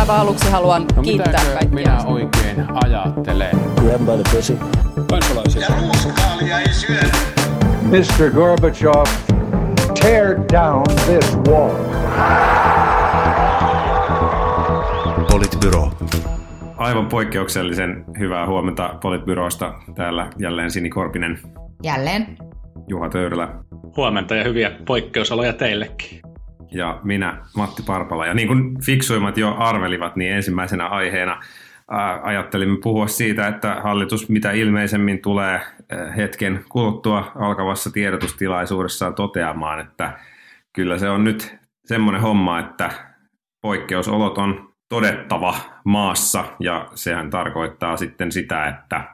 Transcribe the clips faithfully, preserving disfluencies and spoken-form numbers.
aivan aluksi haluan no, kiittää kaikkia. Minä oikein ajattelen? Grab by the pussy. Kansalaisia. Ja ruuskaalia ei syödä. mister Gorbachev, tear down this wall. Politbyro. Aivan poikkeuksellisen hyvää huomenta Politbyrosta. Täällä jälleen Sini Korpinen. Jälleen. Juha Töyrylä. Huomenta ja hyviä poikkeusoloja teillekin. Ja minä, Matti Parpala. Ja niin kuin fiksuimmat jo arvelivat, niin ensimmäisenä aiheena ää, ajattelimme puhua siitä, että hallitus mitä ilmeisemmin tulee ää, hetken kuluttua alkavassa tiedotustilaisuudessaan toteamaan, että kyllä se on nyt semmoinen homma, että poikkeusolot on todettava maassa, ja sehän tarkoittaa sitten sitä, että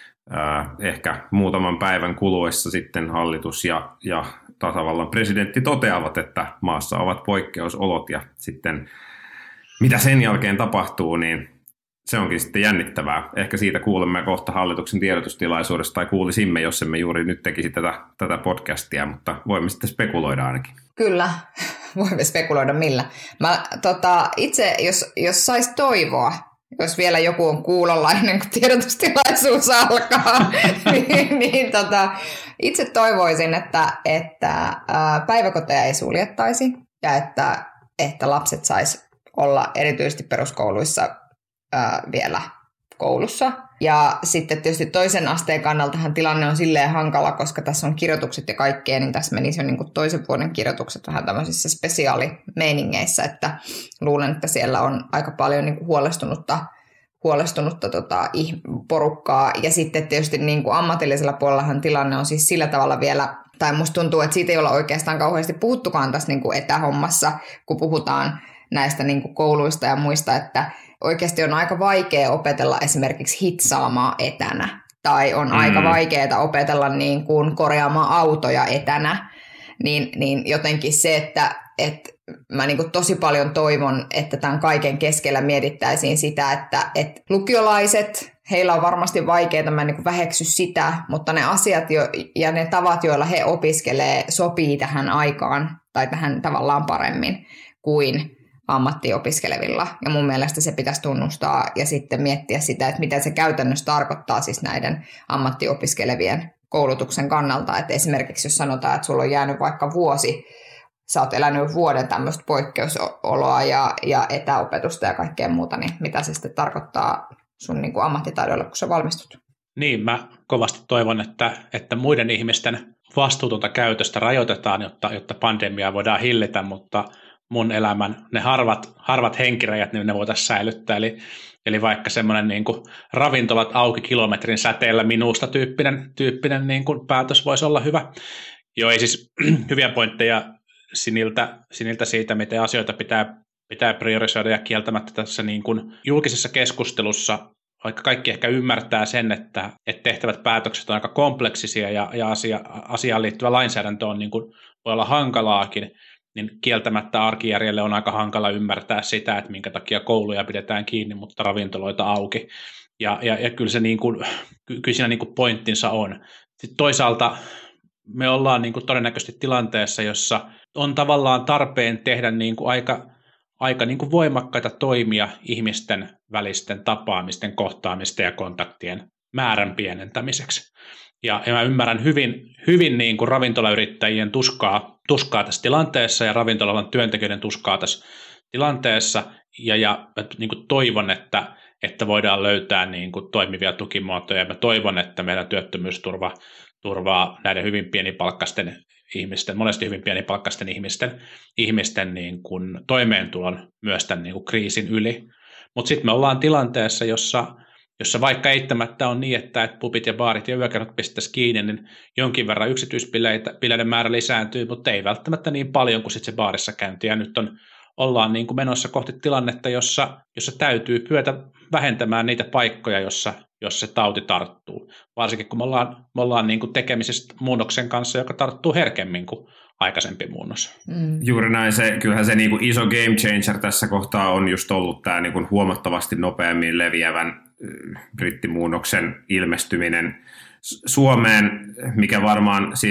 ää, ehkä muutaman päivän kuluessa sitten hallitus ja, ja tasavallan presidentti toteavat, että maassa ovat poikkeusolot, ja sitten mitä sen jälkeen tapahtuu, niin se onkin sitten jännittävää. Ehkä siitä kuulemme kohta hallituksen tiedotustilaisuudesta, tai kuulisimme, jos emme juuri nyt tekisi tätä, tätä podcastia, mutta voimme sitten spekuloida ainakin. Kyllä, voimme spekuloida millä. Mä, tota, itse, jos, jos saisi toivoa, jos vielä joku on kuulolla ennen kuin tiedotustilaisuus alkaa, niin, niin tota, itse toivoisin, että, että ää, päiväkoteja ei suljettaisi ja että, että lapset sais olla erityisesti peruskouluissa ää, vielä koulussa. Ja sitten tietysti toisen asteen kannaltahan tilanne on silleen hankala, koska tässä on kirjoitukset ja kaikkea, niin tässä menisi jo niin kuin toisen vuoden kirjoitukset vähän tämmöisissä spesiaalimeiningeissä, että luulen, että siellä on aika paljon niin kuin huolestunutta, huolestunutta tota, porukkaa. Ja sitten tietysti niin kuin ammatillisella puolellahan tilanne on siis sillä tavalla vielä, tai musta tuntuu, että siitä ei olla oikeastaan kauheasti puhuttukaan tässä niin kuin etähommassa, kun puhutaan näistä niin kuin kouluista ja muista, että oikeasti on aika vaikea opetella esimerkiksi hitsaamaan etänä, tai on mm. aika vaikeaa opetella niin kuin korjaamaan autoja etänä, niin, niin jotenkin se, että, että mä niin kuin tosi paljon toivon, että tämän kaiken keskellä mietittäisiin sitä, että, että lukiolaiset, heillä on varmasti vaikeaa, mä en niin kuin väheksy sitä, mutta ne asiat jo, ja ne tavat, joilla he opiskelee, sopii tähän aikaan, tai tähän tavallaan paremmin kuin ammattiopiskelevilla, ja mun mielestä se pitäisi tunnustaa ja sitten miettiä sitä, että mitä se käytännössä tarkoittaa siis näiden ammattiopiskelevien koulutuksen kannalta, että esimerkiksi jos sanotaan, että sulla on jäänyt vaikka vuosi, sä oot elänyt vuoden tämmöistä poikkeusoloa ja, ja etäopetusta ja kaikkea muuta, niin mitä se sitten tarkoittaa sun niin kuin ammattitaidoilla, kun sä valmistut? Niin, mä kovasti toivon, että, että muiden ihmisten vastuutonta käytöstä rajoitetaan, jotta, jotta pandemiaa voidaan hillitä, mutta mun elämän, ne harvat, harvat henkirajat, niin ne voitaisiin säilyttää. Eli, eli vaikka semmoinen niin kuin ravintolat auki kilometrin säteellä minusta tyyppinen, tyyppinen niin kuin päätös voisi olla hyvä. Joo, ei siis hyviä pointteja Siniltä, Siniltä siitä, miten asioita pitää, pitää priorisoida, ja kieltämättä tässä niin kuin julkisessa keskustelussa, vaikka kaikki ehkä ymmärtää sen, että, että tehtävät päätökset on aika kompleksisia ja, ja asia, asiaan liittyvä lainsäädäntö on niin kuin, voi olla hankalaakin, niin kieltämättä arkijärjelle on aika hankala ymmärtää sitä, että minkä takia kouluja pidetään kiinni, mutta ravintoloita auki. Ja, ja, ja kyllä, se niin kuin, kyllä siinä niin kuin pointtinsa on. Sitten toisaalta me ollaan niin kuin todennäköisesti tilanteessa, jossa on tavallaan tarpeen tehdä niin kuin aika, aika niin kuin voimakkaita toimia ihmisten välisten tapaamisten, kohtaamisten ja kontaktien määrän pienentämiseksi. Ja, ja mä ymmärrän hyvin, hyvin niin kuin ravintolayrittäjien tuskaa, tuskaa tässä tilanteessa ja ravintolan työntekijöiden tuskaa tässä tilanteessa. Ja, ja mä niin kuin toivon, että, että voidaan löytää niin kuin toimivia tukimuotoja. Mä toivon, että meidän työttömyysturva turvaa näiden hyvin pienipalkkaisten ihmisten, monesti hyvin pienipalkkaisten ihmisten, ihmisten niin kuin toimeentulon myös tämän niin kuin kriisin yli. Mutta sitten me ollaan tilanteessa, jossa jossa vaikka eittämättä on niin, että pubit ja baarit ja yökerhot pistäisi kiinni, niin jonkin verran yksityispileiden määrä lisääntyy, mutta ei välttämättä niin paljon kuin sitten se baarissa käynti. Ja nyt on, ollaan niin kuin menossa kohti tilannetta, jossa, jossa täytyy kyetä vähentämään niitä paikkoja, jossa, jossa se tauti tarttuu. Varsinkin kun me ollaan, me ollaan niin kuin tekemisissä muunnoksen kanssa, joka tarttuu herkemmin kuin aikaisempi muunnos. Mm. Juuri näin. Se, kyllähän se niin kuin iso game changer tässä kohtaa on just ollut tämä niin kuin huomattavasti nopeammin leviävän brittimuunnoksen ilmestyminen Suomeen, mikä varmaan siis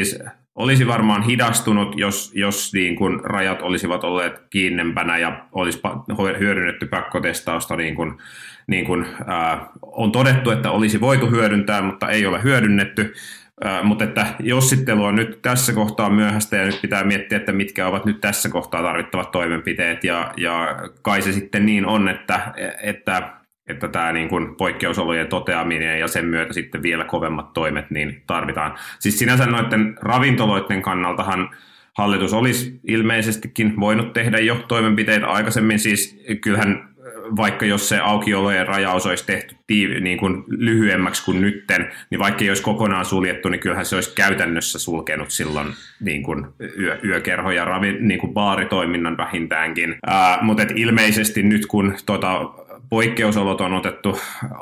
olisi varmaan hidastunut, jos, jos niin kuin rajat olisivat olleet kiinnempänä ja olisi hyödynnetty pakkotestausta niin kuin, niin kuin ää, on todettu, että olisi voitu hyödyntää, mutta ei ole hyödynnetty. Äh, mutta että jossittelu on nyt tässä kohtaa myöhäistä ja nyt pitää miettiä, että mitkä ovat nyt tässä kohtaa tarvittavat toimenpiteet ja, ja kai se sitten niin on, että, että, että tämä niin kuin poikkeusolojen toteaminen ja sen myötä sitten vielä kovemmat toimet niin tarvitaan. Siis sinänsä noiden ravintoloiden kannaltahan hallitus olisi ilmeisestikin voinut tehdä jo toimenpiteitä aikaisemmin, siis kyllähän vaikka jos se aukiolojen rajaus olisi tehty tiivi, niin kuin lyhyemmäksi kuin nytten, niin vaikka ei olisi kokonaan suljettu, niin kyllähän se olisi käytännössä sulkenut silloin niin kuin yö, yökerho- ja ravi, niin kuin baaritoiminnan vähintäänkin. Ää, mutta et ilmeisesti nyt kun tota, poikkeusolot on otettu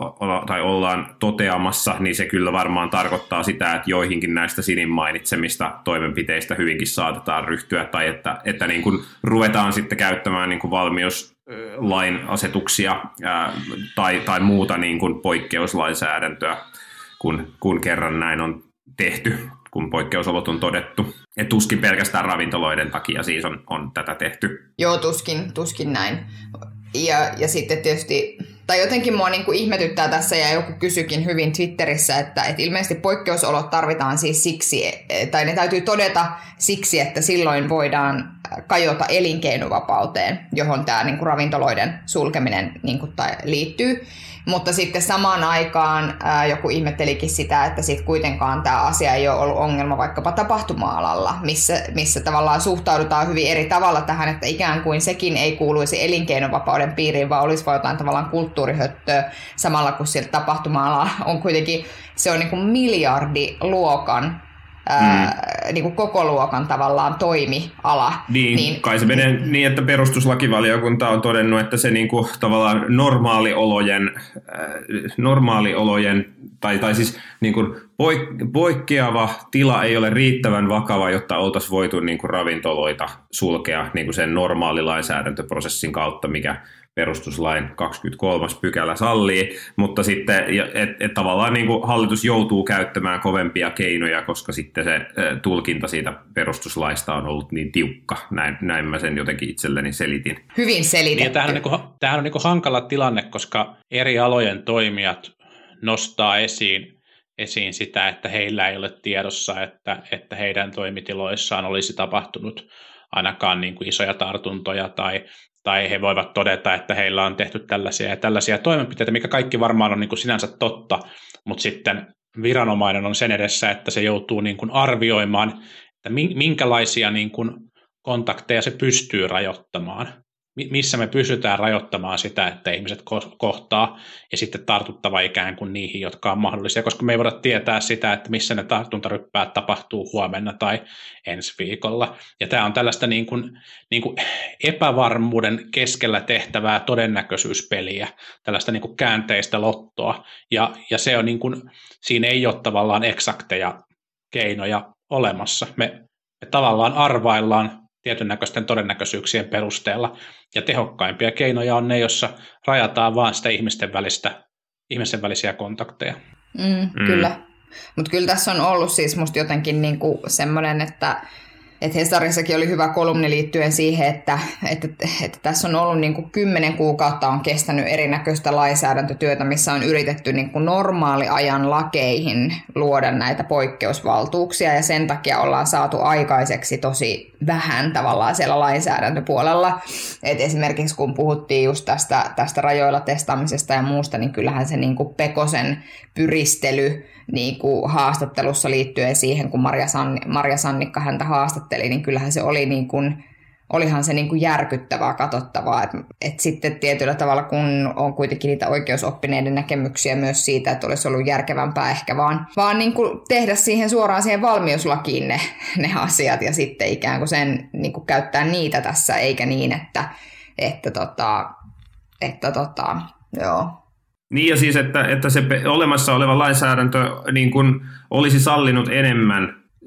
tai ollaan toteamassa, niin se kyllä varmaan tarkoittaa sitä, että joihinkin näistä Sinin mainitsemista toimenpiteistä hyvinkin saatetaan ryhtyä, tai että, että niin kuin ruvetaan sitten käyttämään niin kuin valmiuslain asetuksia ää, tai, tai muuta niin kuin poikkeuslainsäädäntöä, kun, kun kerran näin on tehty, kun poikkeusolot on todettu. Et tuskin pelkästään ravintoloiden takia siis on, on tätä tehty. Joo, tuskin, tuskin näin. Ja, ja sitten tietysti, tai jotenkin mua niin kuin ihmetyttää tässä, ja joku kysyikin hyvin Twitterissä, että, että ilmeisesti poikkeusolot tarvitaan siis siksi, tai ne täytyy todeta siksi, että silloin voidaan kajota elinkeinovapauteen, johon tämä niin kuin ravintoloiden sulkeminen niin kuin, tai liittyy. Mutta sitten samaan aikaan ää, joku ihmettelikin sitä, että sitten kuitenkaan tämä asia ei ole ollut ongelma vaikkapa tapahtuma-alalla, missä, missä tavallaan suhtaudutaan hyvin eri tavalla tähän, että ikään kuin sekin ei kuuluisi elinkeinovapauden piiriin, vaan olisi vain jotain tavallaan kulttuurihöttöä, samalla kun sieltä tapahtuma-alalla on kuitenkin, se on niin kuin miljardiluokan, Ää, mm. niin kuin koko luokan tavallaan toimiala. Niin, niin kai se menee niin, että perustuslakivaliokunta on todennut, että se niin kuin tavallaan normaaliolojen, äh, normaaliolojen tai, tai siis niin kuin poik- poikkeava tila ei ole riittävän vakava, jotta oltaisiin voitu niin kuin ravintoloita sulkea niin kuin sen normaalilainsäädäntöprosessin kautta, mikä perustuslain kaksikymmentäkolmas pykälä sallii, mutta sitten et, et tavallaan niin kuin hallitus joutuu käyttämään kovempia keinoja, koska sitten se tulkinta siitä perustuslaista on ollut niin tiukka. Näin, näin mä sen jotenkin itselleni selitin. Hyvin selitetty. Niin, tämähän on, niin kuin, tämähän on niin kuin hankala tilanne, koska eri alojen toimijat nostaa esiin, esiin sitä, että heillä ei ole tiedossa, että, että heidän toimitiloissaan olisi tapahtunut ainakaan niin kuin isoja tartuntoja tai tai he voivat todeta, että heillä on tehty tällaisia ja tällaisia toimenpiteitä, mikä kaikki varmaan on niin kuin sinänsä totta, mutta sitten viranomainen on sen edessä, että se joutuu niin kuin arvioimaan, että minkälaisia niin kuin kontakteja se pystyy rajoittamaan, missä me pystytään rajoittamaan sitä, että ihmiset kohtaa ja sitten tartuttava ikään kuin niihin, jotka on mahdollisia, koska me ei voida tietää sitä, että missä ne tartuntaryppäät tapahtuu huomenna tai ensi viikolla. Ja tämä on tällaista niin kuin, niin kuin epävarmuuden keskellä tehtävää todennäköisyyspeliä, tällaista niin kuin käänteistä lottoa, ja, ja se on niin kuin, siinä ei ole tavallaan eksakteja keinoja olemassa. Me, me tavallaan arvaillaan tietyn näköisten todennäköisyyksien perusteella, ja tehokkaimpia keinoja on ne, joissa rajataan vaan sitä ihmisten, välistä, ihmisten välisiä kontakteja. Mm, mm. Kyllä, mutta kyllä tässä on ollut siis musta jotenkin niinku semmoinen, että et Hesarissakin oli hyvä kolumni liittyen siihen, että, että, että tässä on ollut niin kuin kymmenen kuukautta on kestänyt erinäköistä lainsäädäntötyötä, missä on yritetty niin kuin normaaliajan lakeihin luoda näitä poikkeusvaltuuksia, ja sen takia ollaan saatu aikaiseksi tosi vähän tavallaan siellä lainsäädäntöpuolella. Et esimerkiksi kun puhuttiin just tästä, tästä rajoilla testaamisesta ja muusta, niin kyllähän se niin kuin Pekosen pyristely niin kuin haastattelussa liittyen siihen, kun Marja, Sanni, Marja Sannikka häntä haastatteli, niin kyllähän se oli niin kuin, olihan se niin kuin järkyttävää katsottavaa. Et, et sitten tietyllä tavalla, kun on kuitenkin niitä oikeusoppineiden näkemyksiä myös siitä, että olisi ollut järkevämpää ehkä vaan, vaan niin kuin tehdä siihen suoraan siihen valmiuslakiin ne, ne asiat ja sitten ikään kuin sen niin kuin käyttää niitä tässä, eikä niin, että, että, tota, että tota, joo. Niin ja siis, että, että se olemassa oleva lainsäädäntö niin kuin olisi sallinut enemmän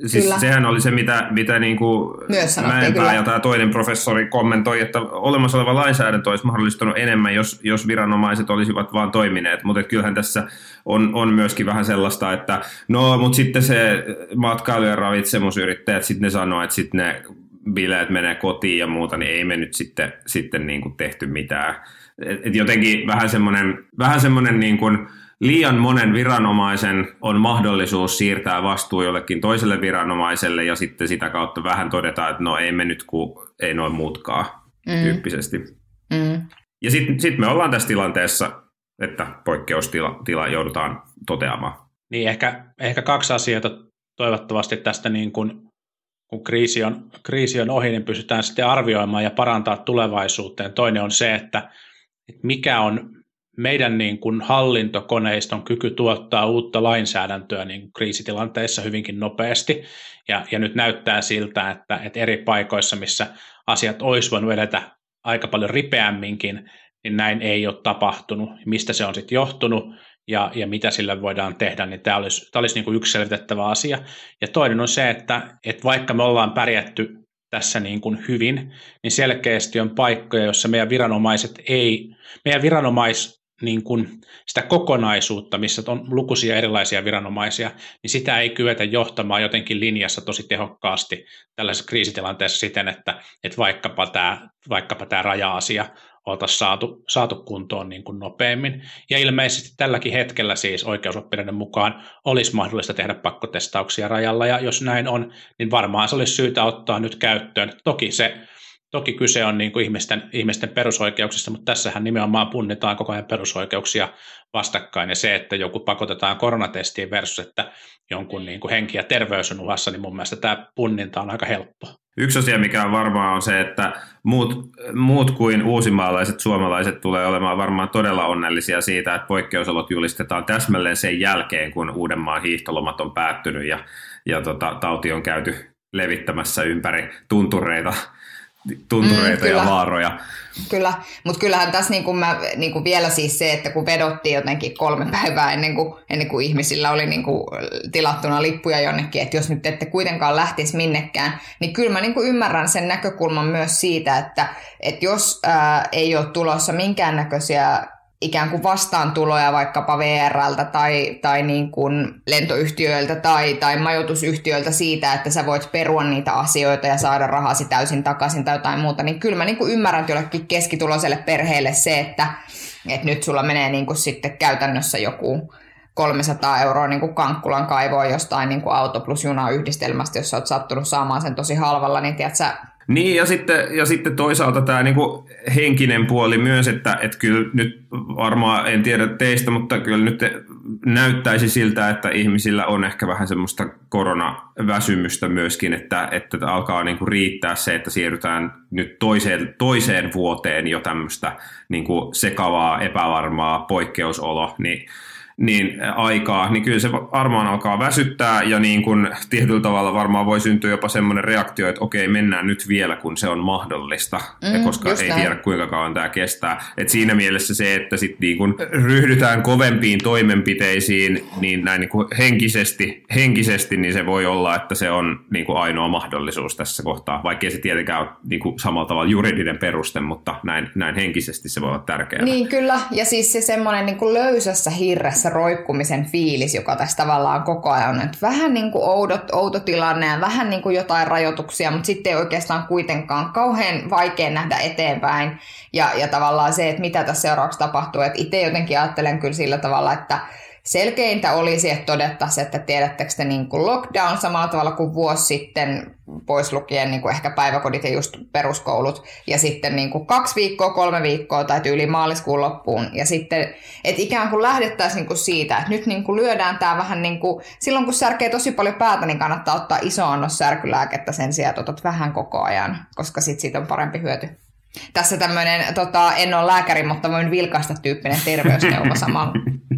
siis sehän oli se, mitä, mitä niin kuin Mäenpää ja tämä toinen professori kommentoi, että olemassa oleva lainsäädäntö olisi mahdollistanut enemmän, jos, jos viranomaiset olisivat vaan toimineet. Mutta kyllähän tässä on, on myöskin vähän sellaista, että no, mutta sitten se matkailu- ja ravitsemusyrittäjät, sitten ne sanoo, että sitten ne bileet menee kotiin ja muuta, niin ei me nyt sitten, sitten niin kuin tehty mitään. Et jotenkin vähän semmoinen, vähän semmoinen niin kuin liian monen viranomaisen on mahdollisuus siirtää vastuu jollekin toiselle viranomaiselle ja sitten sitä kautta vähän todetaan, että no ei me nyt kun ei noin muutkaan mm. tyyppisesti. Mm. Ja sitten sit me ollaan tässä tilanteessa, että poikkeustila tila joudutaan toteamaan. Niin ehkä, ehkä kaksi asiaa toivottavasti tästä niin kun, kun kriisi on, kriisi on ohi, niin pystytään sitten arvioimaan ja parantaa tulevaisuuteen. Toinen on se, että, että mikä on meidän niin kuin hallintokoneiston kyky tuottaa uutta lainsäädäntöä niin kuin kriisitilanteissa hyvinkin nopeasti. Ja, ja nyt näyttää siltä, että, että eri paikoissa, missä asiat olisi voinut edetä aika paljon ripeämminkin, niin näin ei ole tapahtunut. Mistä se on sitten johtunut ja, ja mitä sille voidaan tehdä, niin tämä olisi, tämä olisi niin kuin yksi selvitettävä asia. Ja toinen on se, että, että vaikka me ollaan pärjätty tässä niin kuin hyvin, niin selkeästi on paikkoja, joissa meidän viranomaiset ei, meidän viranomais niin kuin sitä kokonaisuutta, missä on lukuisia erilaisia viranomaisia, niin sitä ei kyetä johtamaan jotenkin linjassa tosi tehokkaasti tällaisessa kriisitilanteessa siten, että, että vaikkapa tämä, vaikkapa tämä raja-asia oltaisiin saatu, saatu kuntoon niin kuin nopeammin. Ja ilmeisesti tälläkin hetkellä siis oikeusoppineiden mukaan olisi mahdollista tehdä pakkotestauksia rajalla, ja jos näin on, niin varmaan se olisi syytä ottaa nyt käyttöön. Toki se Toki kyse on niin kuin ihmisten, ihmisten perusoikeuksista, mutta tässähän nimenomaan punnitaan koko ajan perusoikeuksia vastakkain. Ja se, että joku pakotetaan koronatestiin versus, että jonkun niin kuin henki ja terveys on uhassa, niin mun mielestä tämä punninta on aika helppo. Yksi asia, mikä on varmaa, on se, että muut, muut kuin uusimaalaiset suomalaiset tulee olemaan varmaan todella onnellisia siitä, että poikkeusolot julistetaan täsmälleen sen jälkeen, kun Uudenmaan hiihtolomat on päättynyt ja, ja tota, tauti on käyty levittämässä ympäri tuntureita. tuntureita mm, ja vaaroja. Kyllä, mutta kyllähän tässä niin kuin mä, niin kuin vielä siis se, että kun vedottiin jotenkin kolme päivää ennen kuin, ennen kuin ihmisillä oli niin kuin tilattuna lippuja jonnekin, että jos nyt ette kuitenkaan lähtisi minnekään, niin kyllä mä niin kuin ymmärrän sen näkökulman myös siitä, että, että jos ää, ei ole tulossa minkäännäköisiä ikään kuin vastaantuloja vaikkapa V R:ltä tai, tai niin kuin lentoyhtiöiltä tai, tai majoitusyhtiöiltä siitä, että sä voit perua niitä asioita ja saada rahasi täysin takaisin tai jotain muuta, niin kyllä mä niin kuin ymmärrän jollekin keskituloiselle perheelle se, että, että nyt sulla menee niin kuin sitten käytännössä joku kolmesataa euroa niin kuin Kankkulan kaivoon jostain niin kuin auto plus juna yhdistelmästä, jos sä oot sattunut saamaan sen tosi halvalla, niin tiedät sä. Niin, ja sitten, ja sitten toisaalta tämä niinku henkinen puoli myös, että et kyllä nyt varmaan, en tiedä teistä, mutta kyllä nyt näyttäisi siltä, että ihmisillä on ehkä vähän semmoista koronaväsymystä myöskin, että, että alkaa niinku riittää se, että siirrytään nyt toiseen, toiseen vuoteen jo tämmöistä niinku sekavaa, epävarmaa poikkeusolo, niin niin aikaa, niin kyllä se varmaan alkaa väsyttää ja niin kuin tietyllä tavalla varmaan voi syntyä jopa semmoinen reaktio, että okei, mennään nyt vielä, kun se on mahdollista, mm, koska ei näin. Tiedä kuinka kauan tämä kestää. Et siinä mielessä se, että sitten niin kuin ryhdytään kovempiin toimenpiteisiin niin näin niin kuin henkisesti, henkisesti, niin se voi olla, että se on niin kuin ainoa mahdollisuus tässä kohtaa, vaikkei se tietenkään ole niin kuin samalla tavalla juridinen peruste, mutta näin, näin henkisesti se voi olla tärkeää. Niin kyllä, ja siis se semmoinen niin kuin löysässä hirressä roikkumisen fiilis, joka tässä tavallaan koko ajan on, että vähän niin kuin oudot, outo tilanne ja vähän niin kuin jotain rajoituksia, mutta sitten ei oikeastaan kuitenkaan kauhean vaikea nähdä eteenpäin ja, ja tavallaan se, että mitä tässä seuraavaksi tapahtuu, että itse jotenkin ajattelen kyllä sillä tavalla, että selkeintä olisi, että todettaisiin, että tiedättekö te niin kuin lockdown samalla tavalla kuin vuosi sitten, pois lukien niin kuin ehkä päiväkodit ja just peruskoulut, ja sitten niin kuin kaksi viikkoa, kolme viikkoa tai tyyli maaliskuun loppuun, ja sitten, että ikään kuin lähdettäisiin niin kuin siitä, että nyt niin kuin lyödään tämä vähän niin kuin, silloin kun särkee tosi paljon päätä, niin kannattaa ottaa iso annos särkylääkettä sen sijaan, että otat vähän koko ajan, koska sitten siitä on parempi hyöty. Tässä tämmöinen, tota, en ole lääkäri, mutta voin vilkaista tyyppinen terveysneuvo samalla.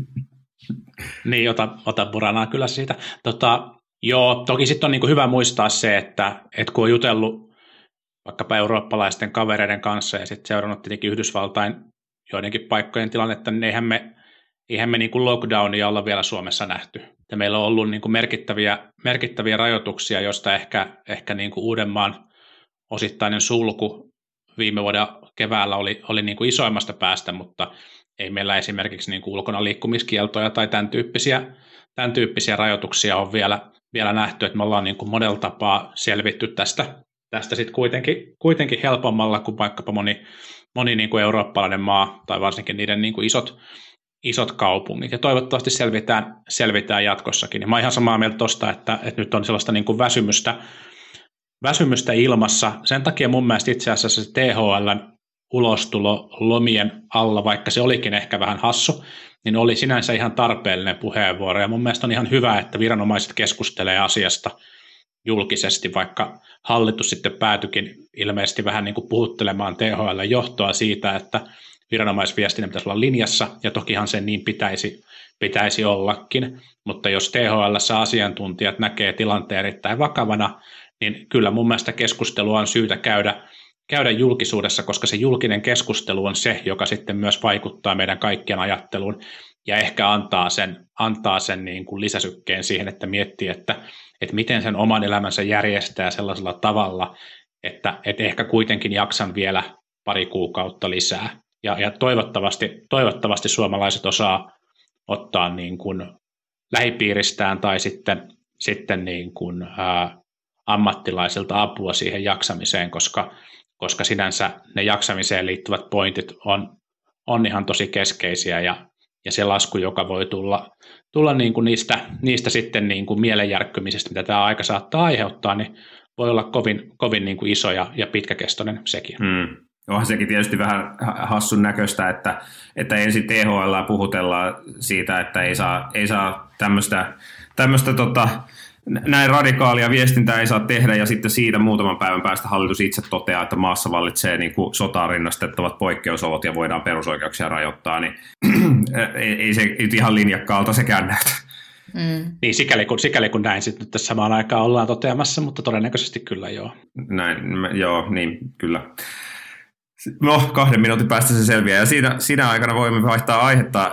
Niin, ota, ota puranaa kyllä siitä. Tota, joo, toki sitten on niinku hyvä muistaa se, että et kun on jutellut vaikkapa eurooppalaisten kavereiden kanssa ja sitten seurannut tietenkin Yhdysvaltain joidenkin paikkojen tilannetta, niin eihän me, eihän me niin kuin lockdownia olla vielä Suomessa nähty. Ja meillä on ollut niin kuin merkittäviä, merkittäviä rajoituksia, joista ehkä, ehkä niin kuin Uudenmaan osittainen sulku viime vuoden keväällä oli, oli niin kuin isoimmasta päästä, mutta ei meillä esimerkiksi niin kuin ulkona liikkumiskieltoja tai tämän tyyppisiä, tämän tyyppisiä rajoituksia on vielä, vielä nähty, että me ollaan niin kuin monella tapaa selvitty tästä, tästä sitten kuitenkin, kuitenkin helpommalla kuin vaikkapa moni, moni niin kuin eurooppalainen maa tai varsinkin niiden niin kuin isot, isot kaupungit, ja toivottavasti selvitään, selvitään jatkossakin. Ja mä oon ihan samaa mieltä tuosta, että, että nyt on sellaista niin kuin väsymystä, väsymystä ilmassa. Sen takia mun mielestä itse asiassa se T H L:n ulostulo lomien alla, vaikka se olikin ehkä vähän hassu, niin oli sinänsä ihan tarpeellinen puheenvuoro, ja mun mielestä on ihan hyvä, että viranomaiset keskustelee asiasta julkisesti, vaikka hallitus sitten päätyikin ilmeisesti vähän niin kuin puhuttelemaan T H L:n johtoa siitä, että viranomaisviestinnän pitäisi olla linjassa, ja tokihan sen niin pitäisi, pitäisi ollakin, mutta jos T H L:ssä asiantuntijat näkee tilanteen erittäin vakavana, niin kyllä mun mielestä keskustelua on syytä käydä, käydä julkisuudessa, koska se julkinen keskustelu on se, joka sitten myös vaikuttaa meidän kaikkien ajatteluun, ja ehkä antaa sen, antaa sen niin kuin lisäsykkeen siihen, että miettii, että, että miten sen oman elämänsä järjestää sellaisella tavalla, että, että ehkä kuitenkin jaksan vielä pari kuukautta lisää. Ja, ja toivottavasti, toivottavasti suomalaiset osaa ottaa niin kuin lähipiiristään tai sitten, sitten niin kuin, ää, ammattilaisilta apua siihen jaksamiseen, koska, koska sinänsä ne jaksamiseen liittyvät pointit on, on ihan tosi keskeisiä, ja, ja se lasku, joka voi tulla, tulla niin kuin niistä, niistä sitten niin kuin mielenjärkkymisestä, mitä tämä aika saattaa aiheuttaa, niin voi olla kovin, kovin niin kuin iso ja, ja pitkäkestoinen sekin. Hmm. Onhan sekin tietysti vähän hassun näköistä, että, että ensin T H L puhutellaan siitä, että ei saa, ei saa tämmöistä, tämmöistä tota, näin radikaalia viestintää ei saa tehdä, ja sitten siitä muutaman päivän päästä hallitus itse toteaa, että maassa vallitsee niin kuin sotaan rinnastettavat poikkeusolot ja voidaan perusoikeuksia rajoittaa, niin ei, ei se ihan linjakkaalta sekään näytä. Mm. Niin, sikäli kun, sikäli kun näin sitten tässä samaan aikaan ollaan toteamassa, mutta todennäköisesti kyllä joo. Näin, joo, niin kyllä. No, kahden minuutin päästä se selviää, ja siinä, siinä aikana voimme vaihtaa aihetta.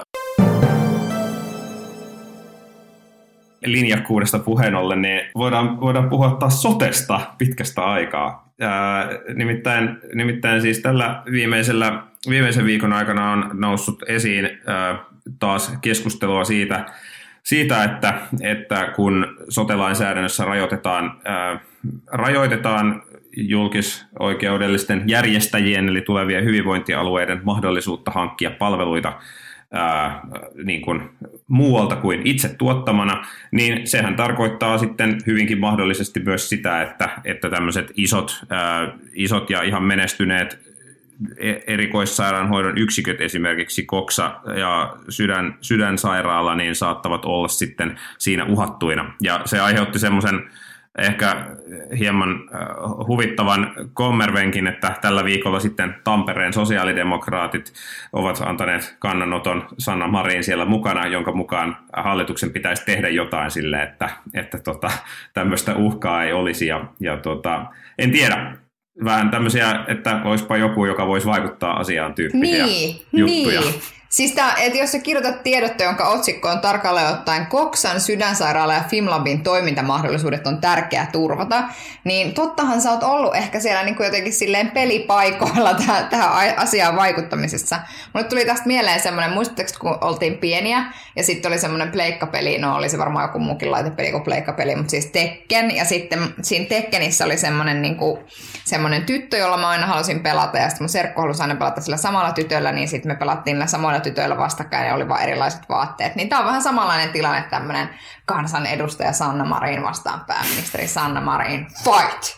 Linjakkuudesta puheen ollen, niin voidaan, voidaan puhua taas sotesta pitkästä aikaa. Ää, nimittäin, nimittäin siis tällä viimeisellä, viimeisen viikon aikana on noussut esiin ää, taas keskustelua siitä, siitä että, että kun sote-lainsäädännössä rajoitetaan, ää, rajoitetaan julkisoikeudellisten järjestäjien eli tulevien hyvinvointialueiden mahdollisuutta hankkia palveluita Ää, niin kuin muualta kuin itse tuottamana, niin sehän tarkoittaa sitten hyvinkin mahdollisesti myös sitä, että, että tämmöiset isot, ää, isot ja ihan menestyneet erikoissairaanhoidon yksiköt, esimerkiksi Coxa ja sydän, sydänsairaala, niin saattavat olla sitten siinä uhattuina. Ja se aiheutti semmoisen ehkä hieman huvittavan kommervenkin, että tällä viikolla sitten Tampereen sosiaalidemokraatit ovat antaneet kannanoton Sanna Marin siellä mukana, jonka mukaan hallituksen pitäisi tehdä jotain sille, että, että tota, tämmöistä uhkaa ei olisi. Ja, ja tota, en tiedä, vähän tämmöisiä, että olisipa joku, joka voisi vaikuttaa asiaan tyyppisiä niin, juttuja. Niin. Siis tää, että jos sä kirjoitat tiedotteen, jonka otsikko on tarkalleen ottaen Coxan, Sydänsairaala ja Fimlabin toimintamahdollisuudet on tärkeää turvata, niin tottahan sä oot ollut ehkä siellä niin kuin jotenkin silleen pelipaikoilla täh- tähän asiaan vaikuttamisessa. Mulle tuli tästä mieleen semmoinen, muistatteko kun oltiin pieniä ja sitten oli semmoinen pleikkapeli, no oli se varmaan joku muukin laitepeli kuin pleikkapeli, mutta siis Tekken, ja sitten siinä Tekkenissä oli semmoinen, niin kuin, semmoinen tyttö, jolla mä aina halusin pelata, ja sitten mun serkku halusi aina pelata sillä samalla tytöllä, niin sitten me pelattiin niillä samoilla tytöillä vastakkain ja oli vaan erilaiset vaatteet. Niin tää on vähän samanlainen tilanne, tämmönen kansanedustaja Sanna Marin vastaan pääministeri Sanna Marin. Fight!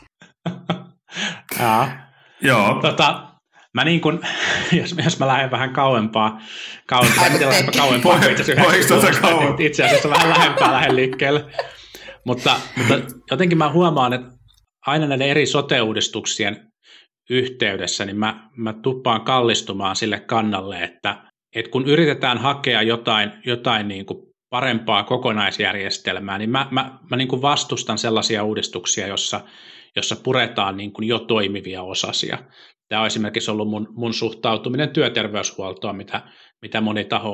ja, Joo. Tota, mä niin kun, jos, jos mä lähden vähän kauempaa, kauempaa, en tiedä kauempaa, Voi, itse asiassa vähän lähempää lähden liikkeelle. Mutta, mutta jotenkin mä huomaan, että aina näiden eri sote-uudistuksien yhteydessä, niin mä, mä tuppaan kallistumaan sille kannalle, että, että kun yritetään hakea jotain, jotain niin kuin parempaa kokonaisjärjestelmää, niin mä, mä, mä niin kuin vastustan sellaisia uudistuksia, jossa, jossa puretaan niin kuin jo toimivia osasia. Tämä on esimerkiksi ollut mun, mun suhtautuminen työterveyshuoltoon, mitä, mitä moni taho on,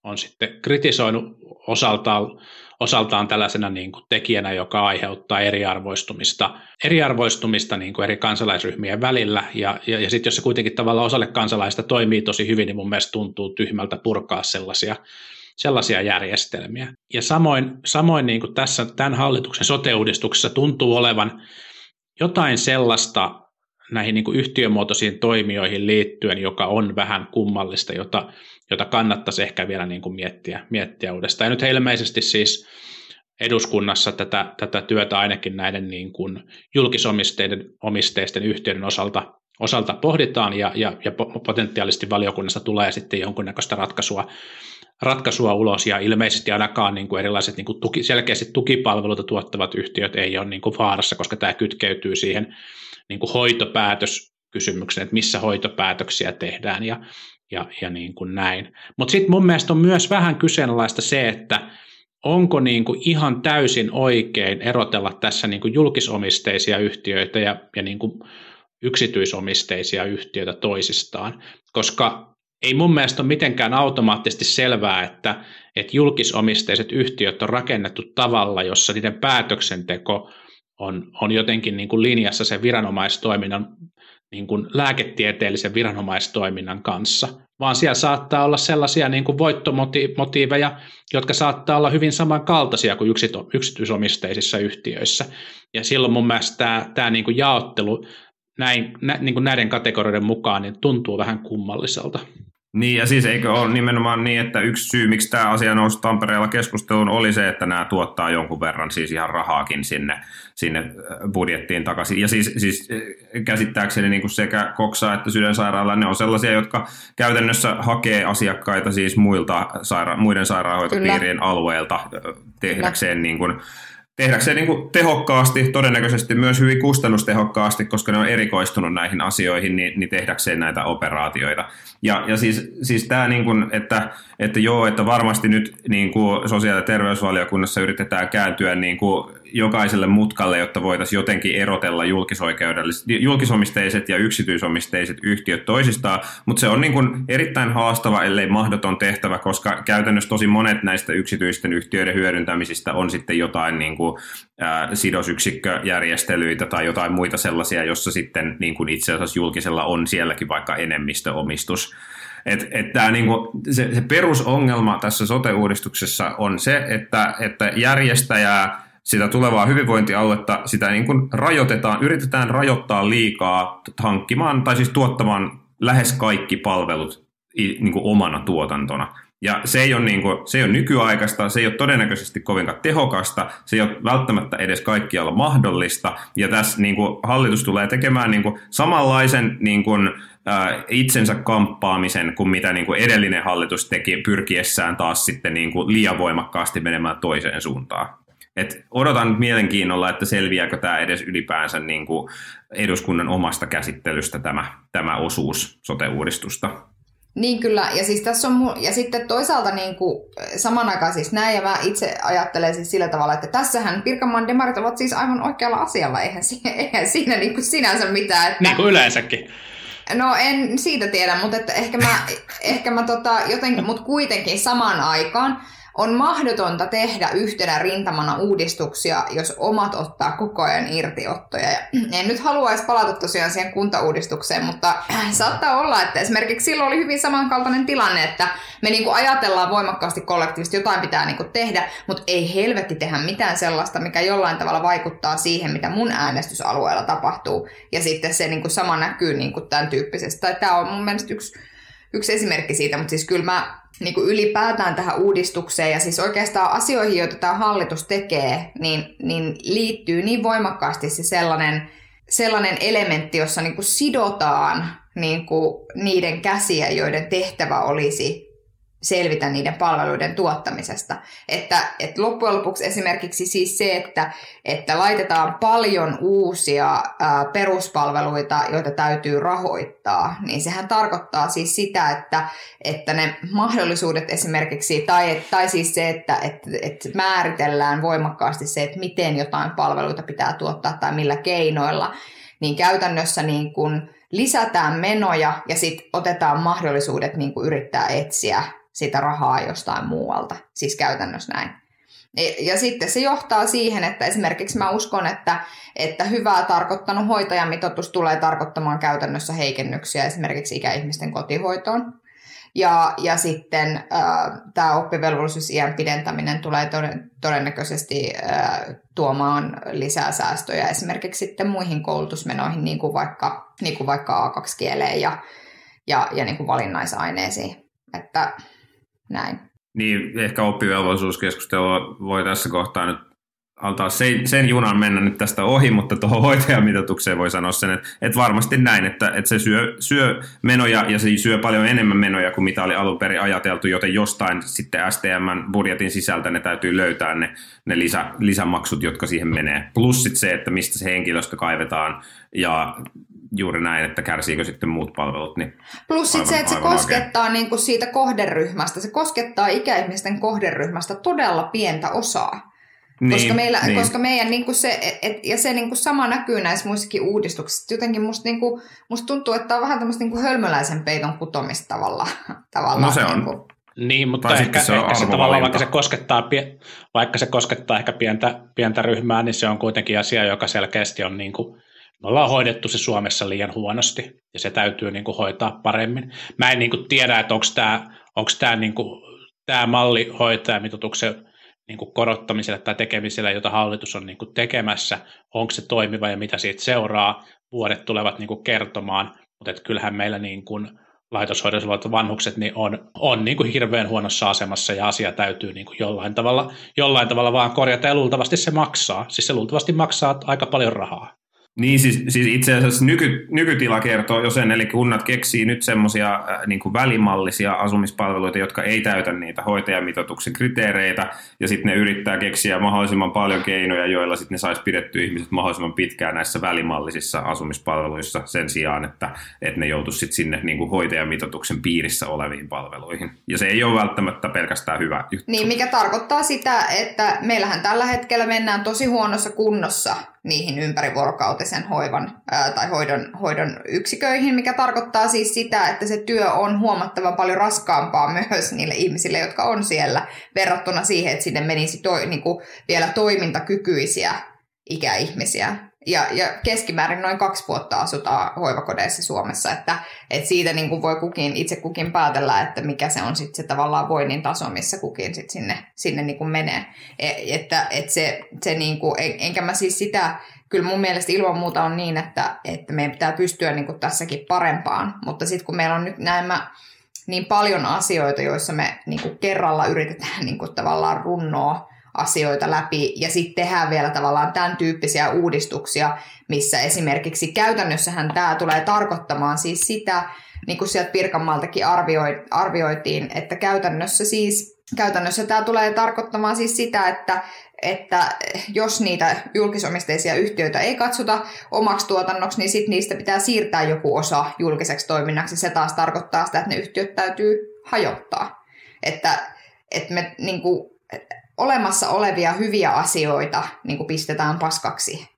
on sitten kritisoinut osaltaan, osaltaan tällaisena niin kuin tekijänä, joka aiheuttaa eriarvoistumista, eriarvoistumista niin kuin eri kansalaisryhmien välillä, ja, ja, ja sitten jos se kuitenkin tavallaan osalle kansalaista toimii tosi hyvin, niin mun mielestä tuntuu tyhmältä purkaa sellaisia, sellaisia järjestelmiä. Ja samoin, samoin niin kuin tässä tämän hallituksen sote-uudistuksessa tuntuu olevan jotain sellaista näihin niin kuin yhtiömuotoisiin toimijoihin liittyen, joka on vähän kummallista, jota, jota kannattaisi ehkä vielä niin kuin miettiä, miettiä uudestaan. Ja nyt ilmeisesti siis eduskunnassa tätä, tätä työtä ainakin näiden niin kuin julkisomisteisten omisteisten yhtiöiden osalta, osalta pohditaan, ja, ja, ja potentiaalisesti valiokunnassa tulee sitten jonkunnäköistä ratkaisua, ratkaisua ulos, ja ilmeisesti ainakaan niin kuin erilaiset niin kuin tuki, selkeästi tukipalveluita tuottavat yhtiöt ei ole niin kuin vaarassa, koska tämä kytkeytyy siihen niin kuin hoitopäätöskysymykseen, että missä hoitopäätöksiä tehdään ja, ja, ja niin kuin näin. Mutta sitten mun mielestä on myös vähän kyseenalaista se, että onko niin kuin ihan täysin oikein erotella tässä niin kuin julkisomisteisia yhtiöitä ja, ja niin kuin yksityisomisteisia yhtiöitä toisistaan, koska ei mun mielestä ole mitenkään automaattisesti selvää, että, että julkisomisteiset yhtiöt on rakennettu tavalla, jossa niiden päätöksenteko on, on jotenkin niin kuin linjassa sen viranomaistoiminnan, niin kuin lääketieteellisen viranomaistoiminnan kanssa, vaan siellä saattaa olla sellaisia niin kuin voittomotiiveja, jotka saattaa olla hyvin samankaltaisia kuin yksityisomisteisissa yhtiöissä. Ja silloin mun mielestä tämä, tämä niin kuin jaottelu näin, nä, niin kuin näiden kategorioiden mukaan niin tuntuu vähän kummalliselta. Niin, ja siis eikö ole nimenomaan niin, että yksi syy, miksi tämä asia nousi Tampereella keskusteluun, oli se, että nämä tuottaa jonkun verran siis ihan rahaakin sinne, sinne budjettiin takaisin. Ja siis, siis käsittääkseni niin kuin sekä Coxa että Sydänsairaala, ne on sellaisia, jotka käytännössä hakee asiakkaita siis muilta saira- muiden sairaanhoitopiirien Kyllä. alueelta tehdäkseen niin kuin Tehdäkseen niin kuin tehokkaasti, todennäköisesti myös hyvin kustannustehokkaasti, koska ne on erikoistunut näihin asioihin, niin, niin tehdäkseen näitä operaatioita. Ja, ja siis, siis tämä, niin kuin, että, että joo, että varmasti nyt niin kuin sosiaali- ja terveysvaliokunnassa yritetään kääntyä niin kuin jokaiselle mutkalle, jotta voitaisiin jotenkin erotella julkisoikeudelliset, julkisomisteiset ja yksityisomisteiset yhtiöt toisistaan, mutta se on niin kuin erittäin haastava, ellei mahdoton tehtävä, koska käytännössä tosi monet näistä yksityisten yhtiöiden hyödyntämisistä on sitten jotain niin kuin, ää, sidosyksikköjärjestelyitä tai jotain muita sellaisia, jossa sitten niin kuin itse asiassa julkisella on sielläkin vaikka enemmistöomistus. Et, et tää niinku, se, se perusongelma tässä sote-uudistuksessa on se, että, että järjestäjää, sitä tulevaa hyvinvointialuetta, sitä niin kuin rajoitetaan, yritetään rajoittaa liikaa hankkimaan tai siis tuottamaan lähes kaikki palvelut niin kuin omana tuotantona. Ja se ei ole, niin kuin, se ei ole nykyaikaista, se ei ole todennäköisesti kovinkaan tehokasta, se ei ole välttämättä edes kaikkialla mahdollista. Ja tässä niin kuin, hallitus tulee tekemään niin kuin, samanlaisen niin kuin, ää, itsensä kamppaamisen kuin mitä niin kuin edellinen hallitus teki pyrkiessään taas sitten niin kuin, liian voimakkaasti menemään toiseen suuntaan. Et odotan mielenkiinnolla, että selviääkö tämä edes ylipäänsä niin kuin eduskunnan omasta käsittelystä tämä, tämä osuus sote-uudistusta. Niin kyllä, ja siis tässä on mu- ja sitten toisaalta niin kuin saman aikaan siis näin, ja mä itse ajattelen siis sillä tavalla, että tässähän Pirkanmaan demarit ovat siis aivan oikealla asialla, eihän, si- eihän siinä niin kuin sinänsä mitään. Että... Niin kuin yleensäkin. No en siitä tiedä, mutta että ehkä mä, ehkä mä tota, jotenkin, mutta kuitenkin samaan aikaan on mahdotonta tehdä yhtenä rintamana uudistuksia, jos omat ottaa koko ajan irtiottoja. Ja en nyt haluaisi palata tosiaan siihen kuntauudistukseen, mutta saattaa olla, että esimerkiksi silloin oli hyvin samankaltainen tilanne, että me niinku ajatellaan voimakkaasti kollektiivisesti, jotain pitää niinku tehdä, mutta ei helvetti tehdä mitään sellaista, mikä jollain tavalla vaikuttaa siihen, mitä mun äänestysalueella tapahtuu. Ja sitten se niinku sama näkyy niinku tämän tyyppisestä. Tämä on mun mielestä yksi, yksi esimerkki siitä, mutta siis kyllä mä niin kuin ylipäätään tähän uudistukseen ja siis oikeastaan asioihin, joita tämä hallitus tekee, niin, niin liittyy niin voimakkaasti se sellainen, sellainen elementti, jossa niin kuin sidotaan niin kuin niiden käsiä, joiden tehtävä olisi selvitä niiden palveluiden tuottamisesta. Että, että loppujen lopuksi esimerkiksi siis se, että, että laitetaan paljon uusia ää, peruspalveluita, joita täytyy rahoittaa, niin sehän tarkoittaa siis sitä, että, että ne mahdollisuudet esimerkiksi, tai, tai siis se, että, että, että määritellään voimakkaasti se, että miten jotain palveluita pitää tuottaa tai millä keinoilla, niin käytännössä niin kuin lisätään menoja ja sitten otetaan mahdollisuudet niin kuin yrittää etsiä sitä rahaa jostain muualta, siis käytännössä näin. Ja sitten se johtaa siihen, että esimerkiksi mä uskon, että, että hyvää tarkoittanut hoitajamitoitus tulee tarkoittamaan käytännössä heikennyksiä esimerkiksi ikäihmisten kotihoitoon. Ja, ja sitten äh, tämä oppivelvollisuusiän pidentäminen tulee toden, todennäköisesti äh, tuomaan lisää säästöjä esimerkiksi sitten muihin koulutusmenoihin, niin kuin vaikka, niin kuin vaikka A kaksi kieleen ja, ja, ja niin kuin valinnaisaineisiin. Että näin. Niin, ehkä oppivelvollisuuskeskustelua voi tässä kohtaa nyt antaa sen, sen junan mennä nyt tästä ohi, mutta tuohon hoitajamitoitukseen voi sanoa sen, että, että varmasti näin, että, että se syö, syö menoja ja se syö paljon enemmän menoja kuin mitä oli alun perin ajateltu, joten jostain sitten S T M:n budjetin sisältä ne täytyy löytää ne, ne lisä, lisämaksut, jotka siihen menee. Plus sitten se, että mistä se henkilöstö kaivetaan ja juuri näin, että kärsiikö sitten muut palvelut. Niin plus sitten se, että se koskettaa niin kuin siitä kohderyhmästä, se koskettaa ikäihmisten kohderyhmästä todella pientä osaa. Niin, koska, meillä, niin. koska meidän niin kuin se, et, ja se niin kuin sama näkyy näissä muissakin uudistuksissa. Jotenkin musta, niin kuin, musta tuntuu, että on vähän tämmöistä niin kuin hölmöläisen peiton kutomista tavallaan. tavallaan no se on. Niin, kuin. Niin, mutta tai ehkä, se, ehkä se tavallaan, vaikka se, koskettaa, vaikka se koskettaa ehkä pientä, pientä ryhmää, niin se on kuitenkin asia, joka selkeästi on niin kuin, me ollaan hoidettu se Suomessa liian huonosti ja se täytyy niin kuin hoitaa paremmin. Mä en niin kuin tiedä, että onko tämä, onko tämä, niin kuin, tämä malli hoitajamitoituksen niin kuin korottamiselle tai tekemiselle, jota hallitus on niin kuin tekemässä, onko se toimiva ja mitä siitä seuraa, vuodet tulevat niin kuin kertomaan, mutta että kyllähän meillä niin kuin laitoshoidossa olevat vanhukset niin on, on niin kuin hirveän huonossa asemassa ja asia täytyy niin kuin jollain, tavalla, jollain tavalla vaan korjata ja luultavasti se maksaa, siis se luultavasti maksaa aika paljon rahaa. Niin, siis, siis itse asiassa nyky, nykytila kertoo jo sen, eli kunnat keksii nyt semmoisia äh, niin kuin välimallisia asumispalveluita, jotka ei täytä niitä hoitajamitoituksen kriteereitä, ja sitten ne yrittää keksiä mahdollisimman paljon keinoja, joilla sitten ne saisi pidettyä ihmiset mahdollisimman pitkään näissä välimallisissa asumispalveluissa sen sijaan, että, että ne joutuisi sitten sinne niin kuin hoitajamitoituksen piirissä oleviin palveluihin. Ja se ei ole välttämättä pelkästään hyvä juttu. Niin, mikä tarkoittaa sitä, että meillähän tällä hetkellä mennään tosi huonossa kunnossa niihin ympärivuorokautisen hoivan ää, tai hoidon, hoidon yksiköihin, mikä tarkoittaa siis sitä, että se työ on huomattavan paljon raskaampaa myös niille ihmisille, jotka on siellä, verrattuna siihen, että sinne menisi to, niin kuin vielä toimintakykyisiä ikäihmisiä. Ja, ja keskimäärin noin kaksi vuotta asutaan hoivakodeissa Suomessa, että, että siitä niin kuin voi kukin, itse kukin päätellä, että mikä se on sitten se tavallaan voinnin taso, missä kukin sitten sinne, sinne niin kuin menee. E, että, että se, se niin kuin, en, enkä mä siis sitä, kyllä mun mielestä ilman muuta on niin, että, että meidän pitää pystyä niin kuin tässäkin parempaan, mutta sitten kun meillä on nyt nämä niin paljon asioita, joissa me niin kuin kerralla yritetään niin kuin tavallaan runnoa asioita läpi ja sitten tehdään vielä tavallaan tämän tyyppisiä uudistuksia, missä esimerkiksi käytännössähän tämä tulee tarkoittamaan siis sitä, niin kuin sieltä Pirkanmaaltakin arvioitiin, että käytännössä siis käytännössä tämä tulee tarkoittamaan siis sitä, että, että jos niitä julkisomisteisia yhtiöitä ei katsota omaksi tuotannoksi, niin sitten niistä pitää siirtää joku osa julkiseksi toiminnaksi. Se taas tarkoittaa sitä, että ne yhtiöt täytyy hajottaa. Että, että me niin kuin olemassa olevia hyviä asioita niin kuin pistetään paskaksi.